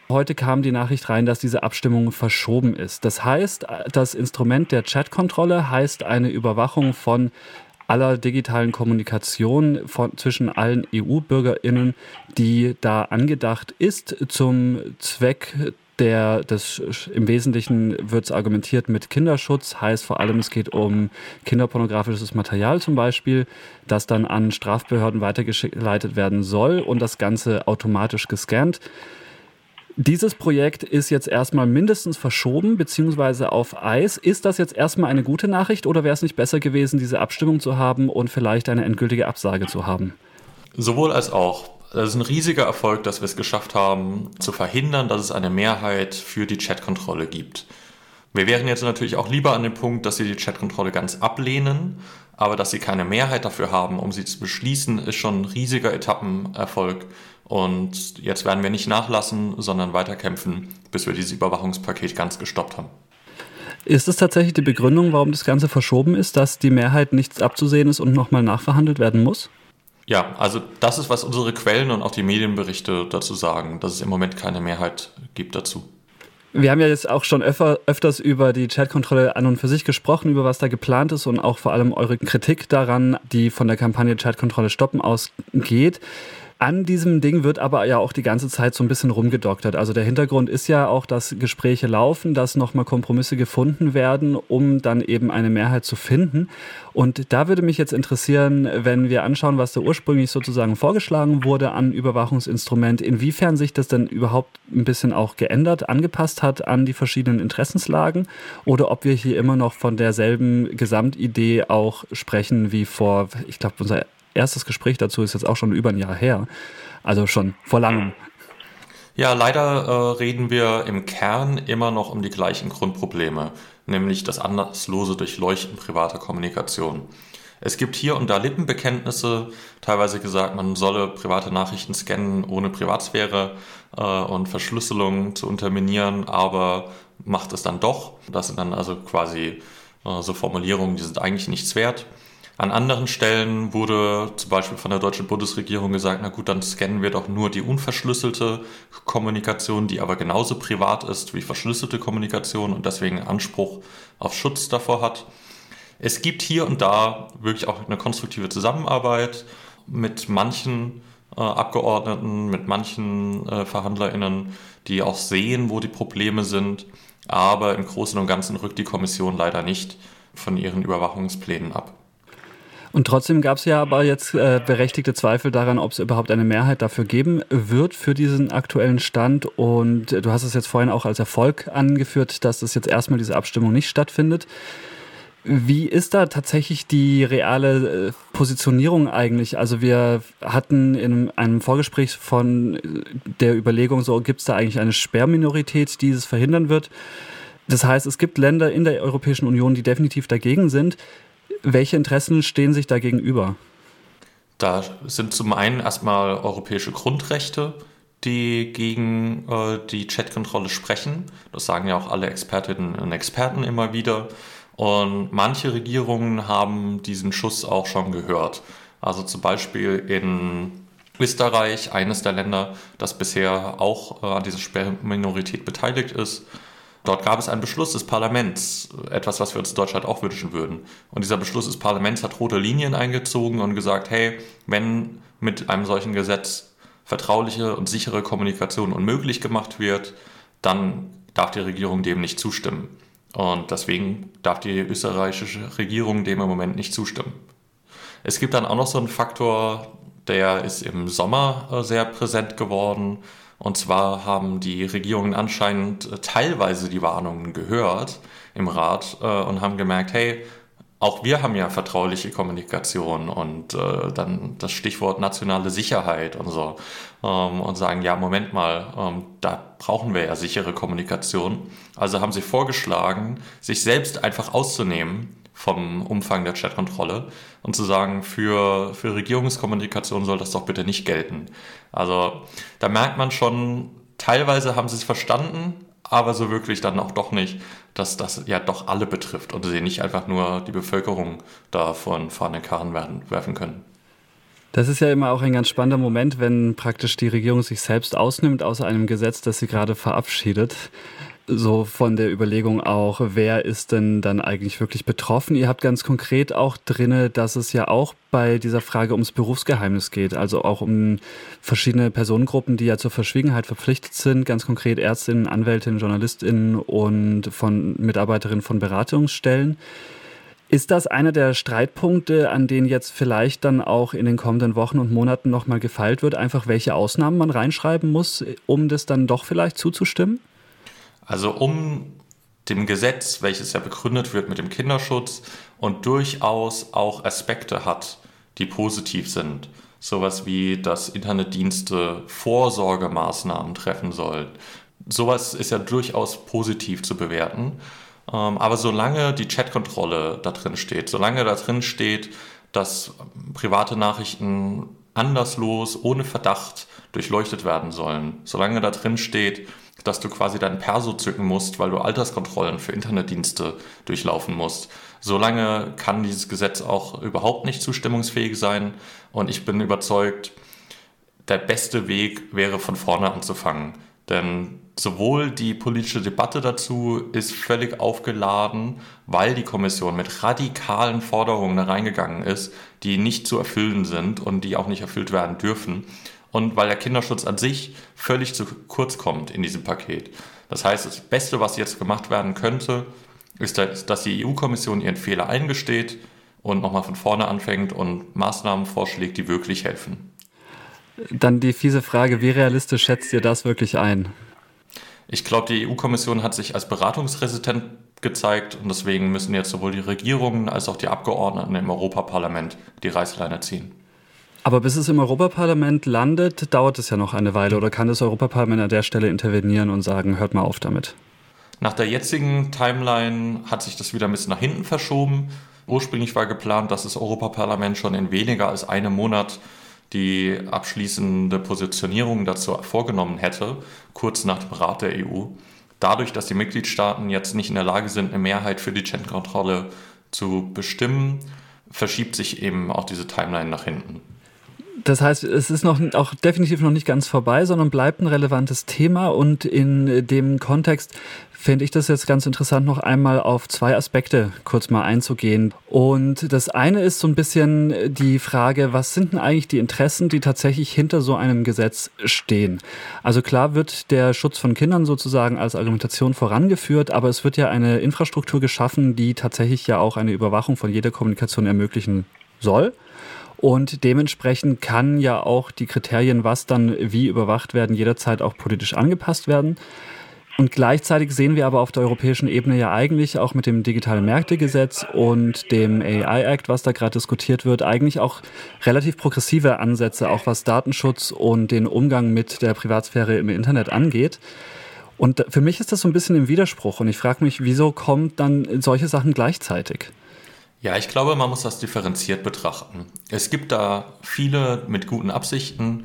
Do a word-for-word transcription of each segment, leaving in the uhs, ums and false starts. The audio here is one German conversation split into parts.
Heute kam die Nachricht rein, dass diese Abstimmung verschoben ist. Das heißt, das Instrument der Chatkontrolle heißt eine Überwachung von aller digitalen Kommunikation von, zwischen allen E U-BürgerInnen, die da angedacht ist zum Zweck der, des, im Wesentlichen wird es argumentiert mit Kinderschutz, heißt vor allem, es geht um kinderpornografisches Material zum Beispiel, das dann an Strafbehörden weitergeleitet werden soll und das Ganze automatisch gescannt. Dieses Projekt ist jetzt erstmal mindestens verschoben bzw. auf Eis. Ist das jetzt erstmal eine gute Nachricht oder wäre es nicht besser gewesen, diese Abstimmung zu haben und vielleicht eine endgültige Absage zu haben? Sowohl als auch. Das ist ein riesiger Erfolg, dass wir es geschafft haben, zu verhindern, dass es eine Mehrheit für die Chatkontrolle gibt. Wir wären jetzt natürlich auch lieber an dem Punkt, dass sie die Chatkontrolle ganz ablehnen, aber dass sie keine Mehrheit dafür haben, um sie zu beschließen, ist schon ein riesiger Etappenerfolg. Und jetzt werden wir nicht nachlassen, sondern weiterkämpfen, bis wir dieses Überwachungspaket ganz gestoppt haben. Ist es tatsächlich die Begründung, warum das Ganze verschoben ist, dass die Mehrheit nichts abzusehen ist und nochmal nachverhandelt werden muss? Ja, also das ist, was unsere Quellen und auch die Medienberichte dazu sagen, dass es im Moment keine Mehrheit gibt dazu. Wir haben ja jetzt auch schon öfter, öfters über die Chatkontrolle an und für sich gesprochen, über was da geplant ist und auch vor allem eure Kritik daran, die von der Kampagne Chatkontrolle stoppen ausgeht. An diesem Ding wird aber ja auch die ganze Zeit so ein bisschen rumgedoktert. Also der Hintergrund ist ja auch, dass Gespräche laufen, dass nochmal Kompromisse gefunden werden, um dann eben eine Mehrheit zu finden. Und da würde mich jetzt interessieren, wenn wir anschauen, was da ursprünglich sozusagen vorgeschlagen wurde an Überwachungsinstrument, inwiefern sich das denn überhaupt ein bisschen auch geändert, angepasst hat an die verschiedenen Interessenslagen oder ob wir hier immer noch von derselben Gesamtidee auch sprechen wie vor, ich glaube, unser erstes Gespräch dazu ist jetzt auch schon über ein Jahr her, also schon vor langem. Ja, leider äh, reden wir im Kern immer noch um die gleichen Grundprobleme, nämlich das anlasslose Durchleuchten privater Kommunikation. Es gibt hier und da Lippenbekenntnisse, teilweise gesagt, man solle private Nachrichten scannen, ohne Privatsphäre äh, und Verschlüsselung zu unterminieren, aber macht es dann doch. Das sind dann also quasi äh, so Formulierungen, die sind eigentlich nichts wert. An anderen Stellen wurde zum Beispiel von der deutschen Bundesregierung gesagt, na gut, dann scannen wir doch nur die unverschlüsselte Kommunikation, die aber genauso privat ist wie verschlüsselte Kommunikation und deswegen Anspruch auf Schutz davor hat. Es gibt hier und da wirklich auch eine konstruktive Zusammenarbeit mit manchen äh, Abgeordneten, mit manchen äh, VerhandlerInnen, die auch sehen, wo die Probleme sind, aber im Großen und Ganzen rückt die Kommission leider nicht von ihren Überwachungsplänen ab. Und trotzdem gab es ja aber jetzt äh, berechtigte Zweifel daran, ob es überhaupt eine Mehrheit dafür geben wird für diesen aktuellen Stand. Und du hast es jetzt vorhin auch als Erfolg angeführt, dass das jetzt erstmal diese Abstimmung nicht stattfindet. Wie ist da tatsächlich die reale äh, Positionierung eigentlich? Also wir hatten in einem Vorgespräch von der Überlegung, so gibt es da eigentlich eine Sperrminorität, die es verhindern wird. Das heißt, es gibt Länder in der Europäischen Union, die definitiv dagegen sind. Welche Interessen stehen sich da gegenüber? Da sind zum einen erstmal europäische Grundrechte, die gegen äh, die Chatkontrolle sprechen. Das sagen ja auch alle Expertinnen und Experten immer wieder. Und manche Regierungen haben diesen Schuss auch schon gehört. Also zum Beispiel in Österreich, eines der Länder, das bisher auch äh, an dieser Sperrminorität beteiligt ist. Dort gab es einen Beschluss des Parlaments, etwas, was wir uns in Deutschland auch wünschen würden. Und dieser Beschluss des Parlaments hat rote Linien eingezogen und gesagt, hey, wenn mit einem solchen Gesetz vertrauliche und sichere Kommunikation unmöglich gemacht wird, dann darf die Regierung dem nicht zustimmen. Und deswegen darf die österreichische Regierung dem im Moment nicht zustimmen. Es gibt dann auch noch so einen Faktor, der ist im Sommer sehr präsent geworden. Und zwar haben die Regierungen anscheinend teilweise die Warnungen gehört im Rat äh, und haben gemerkt, hey, auch wir haben ja vertrauliche Kommunikation und äh, dann das Stichwort nationale Sicherheit und so ähm, und sagen, ja, Moment mal, ähm, da brauchen wir ja sichere Kommunikation. Also haben sie vorgeschlagen, sich selbst einfach auszunehmen vom Umfang der Chatkontrolle und zu sagen, für, für Regierungskommunikation soll das doch bitte nicht gelten. Also da merkt man schon, teilweise haben sie es verstanden, aber so wirklich dann auch doch nicht, dass das ja doch alle betrifft und sie nicht einfach nur die Bevölkerung da von fahrenden Karren werfen können. Das ist ja immer auch ein ganz spannender Moment, wenn praktisch die Regierung sich selbst ausnimmt aus einem Gesetz, das sie gerade verabschiedet. So von der Überlegung auch, wer ist denn dann eigentlich wirklich betroffen? Ihr habt ganz konkret auch drinne, dass es ja auch bei dieser Frage ums Berufsgeheimnis geht, also auch um verschiedene Personengruppen, die ja zur Verschwiegenheit verpflichtet sind, ganz konkret Ärztinnen, Anwältinnen, Journalistinnen und von Mitarbeiterinnen von Beratungsstellen. Ist das einer der Streitpunkte, an denen jetzt vielleicht dann auch in den kommenden Wochen und Monaten nochmal gefeilt wird, einfach welche Ausnahmen man reinschreiben muss, um das dann doch vielleicht zuzustimmen? Also um dem Gesetz, welches ja begründet wird mit dem Kinderschutz und durchaus auch Aspekte hat, die positiv sind, sowas wie, dass Internetdienste Vorsorgemaßnahmen treffen sollen. Sowas ist ja durchaus positiv zu bewerten. Aber solange die Chatkontrolle da drin steht, solange da drin steht, dass private Nachrichten anderslos, ohne Verdacht durchleuchtet werden sollen, solange da drin steht, dass du quasi dein Perso zücken musst, weil du Alterskontrollen für Internetdienste durchlaufen musst. Solange kann dieses Gesetz auch überhaupt nicht zustimmungsfähig sein. Und ich bin überzeugt, der beste Weg wäre, von vorne anzufangen. Denn sowohl die politische Debatte dazu ist völlig aufgeladen, weil die Kommission mit radikalen Forderungen da reingegangen ist, die nicht zu erfüllen sind und die auch nicht erfüllt werden dürfen. Und weil der Kinderschutz an sich völlig zu kurz kommt in diesem Paket. Das heißt, das Beste, was jetzt gemacht werden könnte, ist, dass die E U-Kommission ihren Fehler eingesteht und nochmal von vorne anfängt und Maßnahmen vorschlägt, die wirklich helfen. Dann die fiese Frage, wie realistisch schätzt ihr das wirklich ein? Ich glaube, die E U-Kommission hat sich als beratungsresistent gezeigt und deswegen müssen jetzt sowohl die Regierungen als auch die Abgeordneten im Europaparlament die Reißleine ziehen. Aber bis es im Europaparlament landet, dauert es ja noch eine Weile. Oder kann das Europaparlament an der Stelle intervenieren und sagen, hört mal auf damit? Nach der jetzigen Timeline hat sich das wieder ein bisschen nach hinten verschoben. Ursprünglich war geplant, dass das Europaparlament schon in weniger als einem Monat die abschließende Positionierung dazu vorgenommen hätte, kurz nach dem Rat der E U. Dadurch, dass die Mitgliedstaaten jetzt nicht in der Lage sind, eine Mehrheit für die Chatkontrolle zu bestimmen, verschiebt sich eben auch diese Timeline nach hinten. Das heißt, es ist noch auch definitiv noch nicht ganz vorbei, sondern bleibt ein relevantes Thema. Und in dem Kontext finde ich das jetzt ganz interessant, noch einmal auf zwei Aspekte kurz mal einzugehen. Und das eine ist so ein bisschen die Frage, was sind denn eigentlich die Interessen, die tatsächlich hinter so einem Gesetz stehen? Also klar wird der Schutz von Kindern sozusagen als Argumentation vorangeführt, aber es wird ja eine Infrastruktur geschaffen, die tatsächlich ja auch eine Überwachung von jeder Kommunikation ermöglichen soll. Und dementsprechend kann ja auch die Kriterien, was dann wie überwacht werden, jederzeit auch politisch angepasst werden. Und gleichzeitig sehen wir aber auf der europäischen Ebene ja eigentlich auch mit dem Digitalen Märktegesetz und dem A I Act, was da gerade diskutiert wird, eigentlich auch relativ progressive Ansätze, auch was Datenschutz und den Umgang mit der Privatsphäre im Internet angeht. Und für mich ist das so ein bisschen im Widerspruch. Und ich frage mich, wieso kommen dann solche Sachen gleichzeitig? Ja, ich glaube, man muss das differenziert betrachten. Es gibt da viele mit guten Absichten,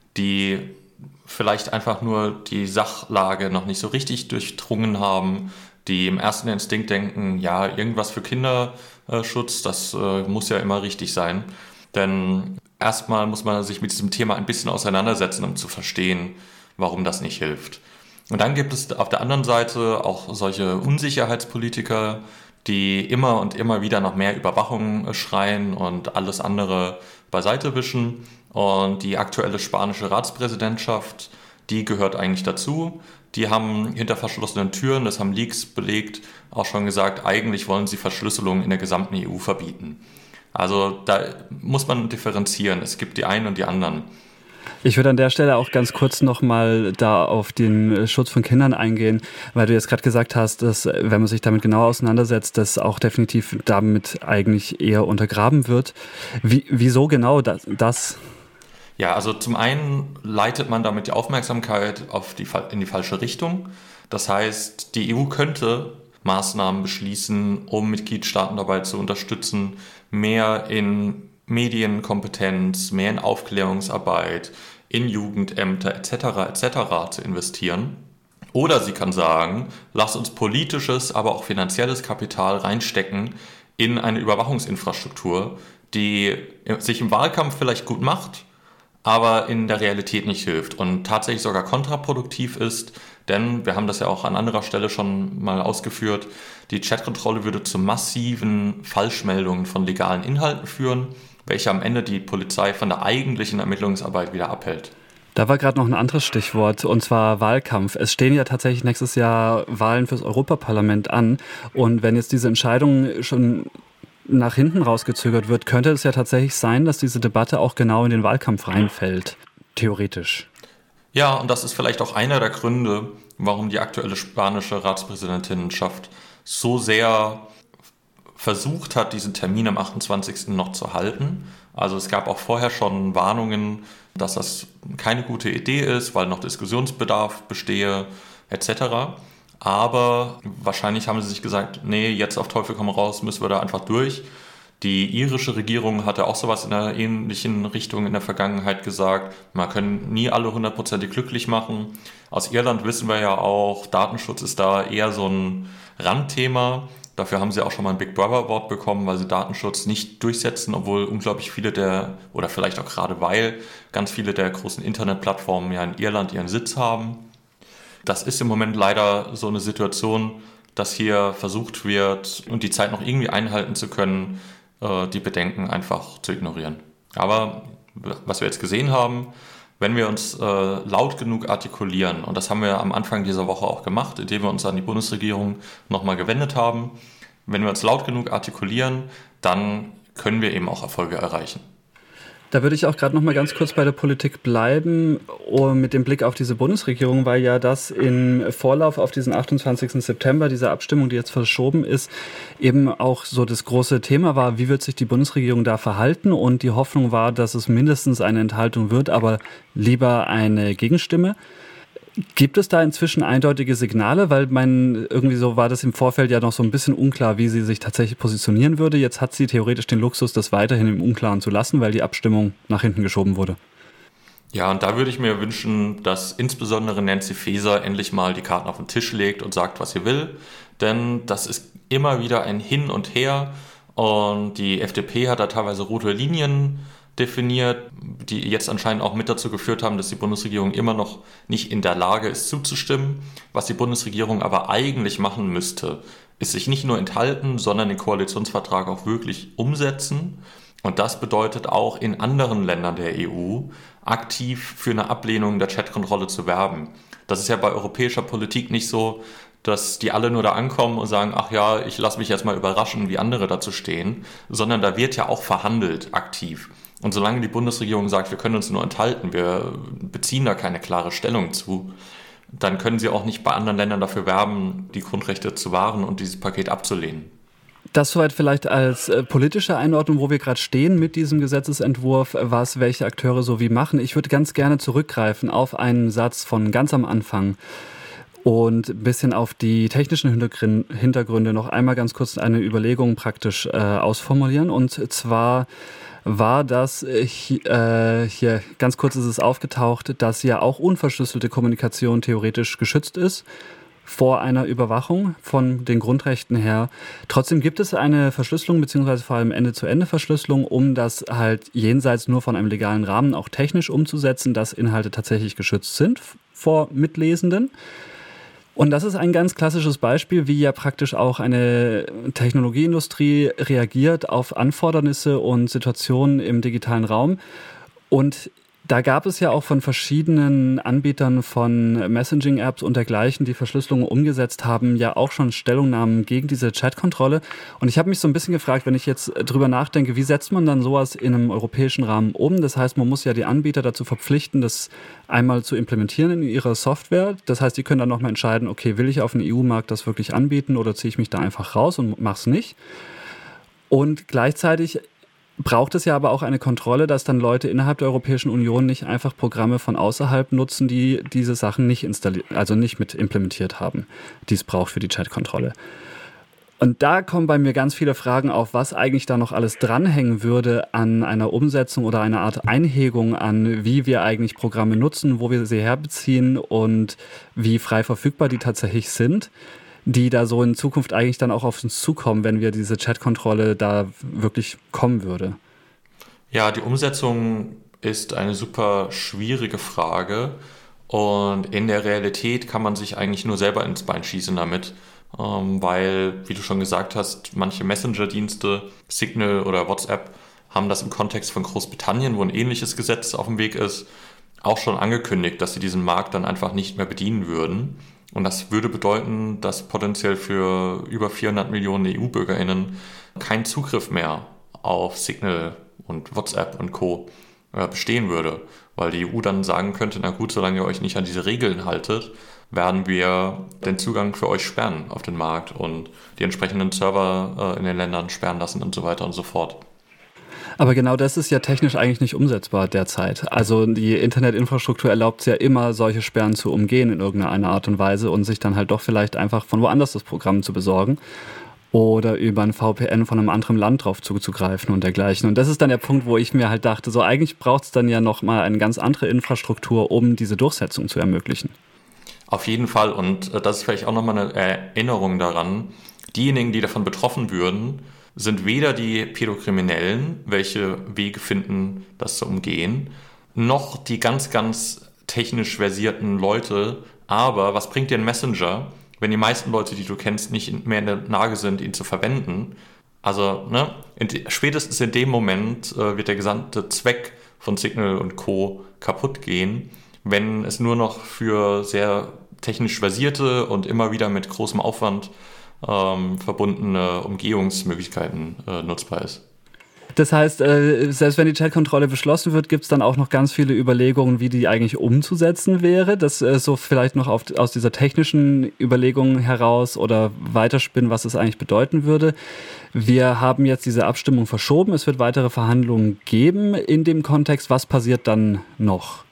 die vielleicht einfach nur die Sachlage noch nicht so richtig durchdrungen haben, die im ersten Instinkt denken, ja, irgendwas für Kinderschutz, das äh, muss ja immer richtig sein. Denn erstmal muss man sich mit diesem Thema ein bisschen auseinandersetzen, um zu verstehen, warum das nicht hilft. Und dann gibt es auf der anderen Seite auch solche Unsicherheitspolitiker, die immer und immer wieder nach mehr Überwachung schreien und alles andere beiseite wischen. Und die aktuelle spanische Ratspräsidentschaft, die gehört eigentlich dazu. Die haben hinter verschlossenen Türen, das haben Leaks belegt, auch schon gesagt, eigentlich wollen sie Verschlüsselung in der gesamten E U verbieten. Also da muss man differenzieren. Es gibt die einen und die anderen. Ich würde an der Stelle auch ganz kurz nochmal da auf den Schutz von Kindern eingehen, weil du jetzt gerade gesagt hast, dass, wenn man sich damit genau auseinandersetzt, das auch definitiv damit eigentlich eher untergraben wird. Wie, wieso genau das, das? Ja, also zum einen leitet man damit die Aufmerksamkeit auf die, in die falsche Richtung. Das heißt, die E U könnte Maßnahmen beschließen, um Mitgliedstaaten dabei zu unterstützen, mehr in Medienkompetenz, mehr in Aufklärungsarbeit, in Jugendämter et cetera et cetera zu investieren. Oder sie kann sagen, lass uns politisches, aber auch finanzielles Kapital reinstecken in eine Überwachungsinfrastruktur, die sich im Wahlkampf vielleicht gut macht, aber in der Realität nicht hilft und tatsächlich sogar kontraproduktiv ist, denn wir haben das ja auch an anderer Stelle schon mal ausgeführt, die Chatkontrolle würde zu massiven Falschmeldungen von legalen Inhalten führen, welche am Ende die Polizei von der eigentlichen Ermittlungsarbeit wieder abhält. Da war gerade noch ein anderes Stichwort, und zwar Wahlkampf. Es stehen ja tatsächlich nächstes Jahr Wahlen fürs Europaparlament an, und wenn jetzt diese Entscheidung schon nach hinten rausgezögert wird, könnte es ja tatsächlich sein, dass diese Debatte auch genau in den Wahlkampf reinfällt, theoretisch. Ja, und das ist vielleicht auch einer der Gründe, warum die aktuelle spanische Ratspräsidentinnenschaft so sehr versucht hat, diesen Termin am achtundzwanzigsten noch zu halten. Also es gab auch vorher schon Warnungen, dass das keine gute Idee ist, weil noch Diskussionsbedarf bestehe, et cetera. Aber wahrscheinlich haben sie sich gesagt, nee, jetzt auf Teufel komm raus, müssen wir da einfach durch. Die irische Regierung hatte auch sowas in einer ähnlichen Richtung in der Vergangenheit gesagt. Man kann nie alle hundertprozentig glücklich machen. Aus Irland wissen wir ja auch, Datenschutz ist da eher so ein Randthema. Dafür haben sie auch schon mal ein Big Brother Award bekommen, weil sie Datenschutz nicht durchsetzen, obwohl unglaublich viele der, oder vielleicht auch gerade weil, ganz viele der großen Internetplattformen ja in Irland ihren Sitz haben. Das ist im Moment leider so eine Situation, dass hier versucht wird, und die Zeit noch irgendwie einhalten zu können, die Bedenken einfach zu ignorieren. Aber was wir jetzt gesehen haben, wenn wir uns äh, laut genug artikulieren, und das haben wir am Anfang dieser Woche auch gemacht, indem wir uns an die Bundesregierung nochmal gewendet haben, wenn wir uns laut genug artikulieren, dann können wir eben auch Erfolge erreichen. Da würde ich auch gerade noch mal ganz kurz bei der Politik bleiben, mit dem Blick auf diese Bundesregierung, weil ja das im Vorlauf auf diesen achtundzwanzigsten September, diese Abstimmung, die jetzt verschoben ist, eben auch so das große Thema war, wie wird sich die Bundesregierung da verhalten, und die Hoffnung war, dass es mindestens eine Enthaltung wird, aber lieber eine Gegenstimme. Gibt es da inzwischen eindeutige Signale? Weil mein, irgendwie so war das im Vorfeld ja noch so ein bisschen unklar, wie sie sich tatsächlich positionieren würde. Jetzt hat sie theoretisch den Luxus, das weiterhin im Unklaren zu lassen, weil die Abstimmung nach hinten geschoben wurde. Ja, und da würde ich mir wünschen, dass insbesondere Nancy Faeser endlich mal die Karten auf den Tisch legt und sagt, was sie will. Denn das ist immer wieder ein Hin und Her. Und die F D P hat da teilweise rote Linien definiert, die jetzt anscheinend auch mit dazu geführt haben, dass die Bundesregierung immer noch nicht in der Lage ist zuzustimmen. Was die Bundesregierung aber eigentlich machen müsste, ist sich nicht nur enthalten, sondern den Koalitionsvertrag auch wirklich umsetzen. Und das bedeutet auch in anderen Ländern der E U aktiv für eine Ablehnung der Chatkontrolle zu werben. Das ist ja bei europäischer Politik nicht so, dass die alle nur da ankommen und sagen, ach ja, ich lasse mich jetzt mal überraschen, wie andere dazu stehen, sondern da wird ja auch verhandelt aktiv. Und solange die Bundesregierung sagt, wir können uns nur enthalten, wir beziehen da keine klare Stellung zu, dann können sie auch nicht bei anderen Ländern dafür werben, die Grundrechte zu wahren und dieses Paket abzulehnen. Das soweit vielleicht als äh, politische Einordnung, wo wir gerade stehen mit diesem Gesetzesentwurf, was welche Akteure so wie machen. Ich würde ganz gerne zurückgreifen auf einen Satz von ganz am Anfang und ein bisschen auf die technischen Hintergründe noch einmal ganz kurz eine Überlegung praktisch äh, ausformulieren. Und zwar war das, äh, hier ganz kurz ist es aufgetaucht, dass ja auch unverschlüsselte Kommunikation theoretisch geschützt ist vor einer Überwachung von den Grundrechten her. Trotzdem gibt es eine Verschlüsselung, beziehungsweise vor allem Ende-zu-Ende-Verschlüsselung, um das halt jenseits nur von einem legalen Rahmen auch technisch umzusetzen, dass Inhalte tatsächlich geschützt sind vor Mitlesenden. Und das ist ein ganz klassisches Beispiel, wie ja praktisch auch eine Technologieindustrie reagiert auf Anfordernisse und Situationen im digitalen Raum. Und da gab es ja auch von verschiedenen Anbietern von Messaging-Apps und dergleichen, die Verschlüsselungen umgesetzt haben, ja auch schon Stellungnahmen gegen diese Chatkontrolle. Und ich habe mich so ein bisschen gefragt, wenn ich jetzt drüber nachdenke, wie setzt man dann sowas in einem europäischen Rahmen um? Das heißt, man muss ja die Anbieter dazu verpflichten, das einmal zu implementieren in ihrer Software. Das heißt, die können dann nochmal entscheiden, okay, will ich auf dem E U-Markt das wirklich anbieten oder ziehe ich mich da einfach raus und mache es nicht? Und gleichzeitig braucht es ja aber auch eine Kontrolle, dass dann Leute innerhalb der Europäischen Union nicht einfach Programme von außerhalb nutzen, die diese Sachen nicht installiert, also nicht mit implementiert haben, die es braucht für die Chatkontrolle. Und da kommen bei mir ganz viele Fragen auf, was eigentlich da noch alles dranhängen würde an einer Umsetzung oder einer Art Einhegung an, wie wir eigentlich Programme nutzen, wo wir sie herbeziehen und wie frei verfügbar die tatsächlich sind, die da so in Zukunft eigentlich dann auch auf uns zukommen, wenn wir diese Chatkontrolle da wirklich kommen würde. Ja, die Umsetzung ist eine super schwierige Frage und in der Realität kann man sich eigentlich nur selber ins Bein schießen damit, ähm, weil, wie du schon gesagt hast, manche Messenger-Dienste, Signal oder WhatsApp, haben das im Kontext von Großbritannien, wo ein ähnliches Gesetz auf dem Weg ist, auch schon angekündigt, dass sie diesen Markt dann einfach nicht mehr bedienen würden. Und das würde bedeuten, dass potenziell für über vierhundert Millionen E U-BürgerInnen kein Zugriff mehr auf Signal und WhatsApp und Co. bestehen würde, weil die E U dann sagen könnte, na gut, solange ihr euch nicht an diese Regeln haltet, werden wir den Zugang für euch sperren auf den Markt und die entsprechenden Server in den Ländern sperren lassen und so weiter und so fort. Aber genau das ist ja technisch eigentlich nicht umsetzbar derzeit. Also die Internetinfrastruktur erlaubt es ja immer, solche Sperren zu umgehen in irgendeiner Art und Weise und sich dann halt doch vielleicht einfach von woanders das Programm zu besorgen oder über ein V P N von einem anderen Land drauf zuzugreifen und dergleichen. Und das ist dann der Punkt, wo ich mir halt dachte, so eigentlich braucht es dann ja nochmal eine ganz andere Infrastruktur, um diese Durchsetzung zu ermöglichen. Auf jeden Fall, und das ist vielleicht auch nochmal eine Erinnerung daran, diejenigen, die davon betroffen würden, sind weder die Pädokriminellen, welche Wege finden, das zu umgehen, noch die ganz, ganz technisch versierten Leute. Aber was bringt dir ein Messenger, wenn die meisten Leute, die du kennst, nicht mehr in der Lage sind, ihn zu verwenden? Also ne, in, spätestens in dem Moment äh, wird der gesamte Zweck von Signal und Co. kaputt gehen, wenn es nur noch für sehr technisch versierte und immer wieder mit großem Aufwand ähm, verbundene Umgehungsmöglichkeiten äh, nutzbar ist. Das heißt, äh, selbst wenn die Chatkontrolle beschlossen wird, gibt es dann auch noch ganz viele Überlegungen, wie die eigentlich umzusetzen wäre. Das äh, so vielleicht noch auf, aus dieser technischen Überlegung heraus oder weiterspinnen, was es eigentlich bedeuten würde. Wir haben jetzt diese Abstimmung verschoben. Es wird weitere Verhandlungen geben in dem Kontext. Was passiert dann noch?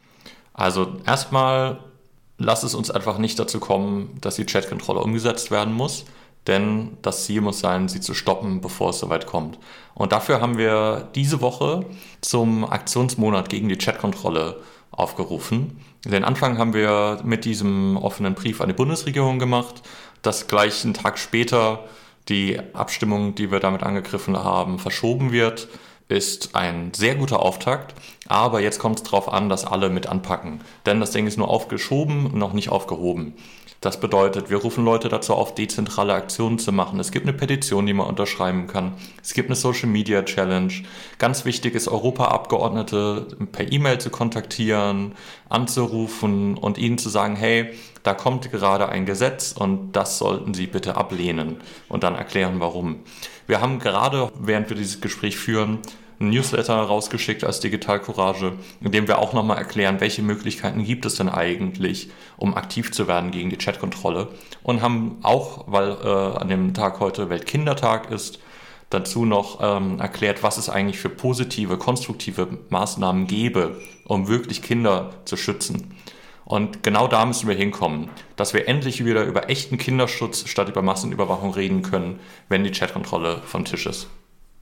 Also erstmal lass es uns einfach nicht dazu kommen, dass die Chatkontrolle umgesetzt werden muss. Denn das Ziel muss sein, sie zu stoppen, bevor es soweit kommt. Und dafür haben wir diese Woche zum Aktionsmonat gegen die Chatkontrolle aufgerufen. Den Anfang haben wir mit diesem offenen Brief an die Bundesregierung gemacht, dass gleich einen Tag später die Abstimmung, die wir damit angegriffen haben, verschoben wird, ist ein sehr guter Auftakt. Aber jetzt kommt es darauf an, dass alle mit anpacken. Denn das Ding ist nur aufgeschoben, noch nicht aufgehoben. Das bedeutet, wir rufen Leute dazu auf, dezentrale Aktionen zu machen. Es gibt eine Petition, die man unterschreiben kann. Es gibt eine Social Media Challenge. Ganz wichtig ist, Europaabgeordnete per E-Mail zu kontaktieren, anzurufen und ihnen zu sagen, hey, da kommt gerade ein Gesetz und das sollten Sie bitte ablehnen und dann erklären, warum. Wir haben gerade, während wir dieses Gespräch führen, ein Newsletter rausgeschickt als Digital Courage, in dem wir auch nochmal erklären, welche Möglichkeiten gibt es denn eigentlich, um aktiv zu werden gegen die Chatkontrolle. Und haben auch, weil äh, an dem Tag heute Weltkindertag ist, dazu noch ähm, erklärt, was es eigentlich für positive, konstruktive Maßnahmen gäbe, um wirklich Kinder zu schützen. Und genau da müssen wir hinkommen, dass wir endlich wieder über echten Kinderschutz statt über Massenüberwachung reden können, wenn die Chatkontrolle vom Tisch ist.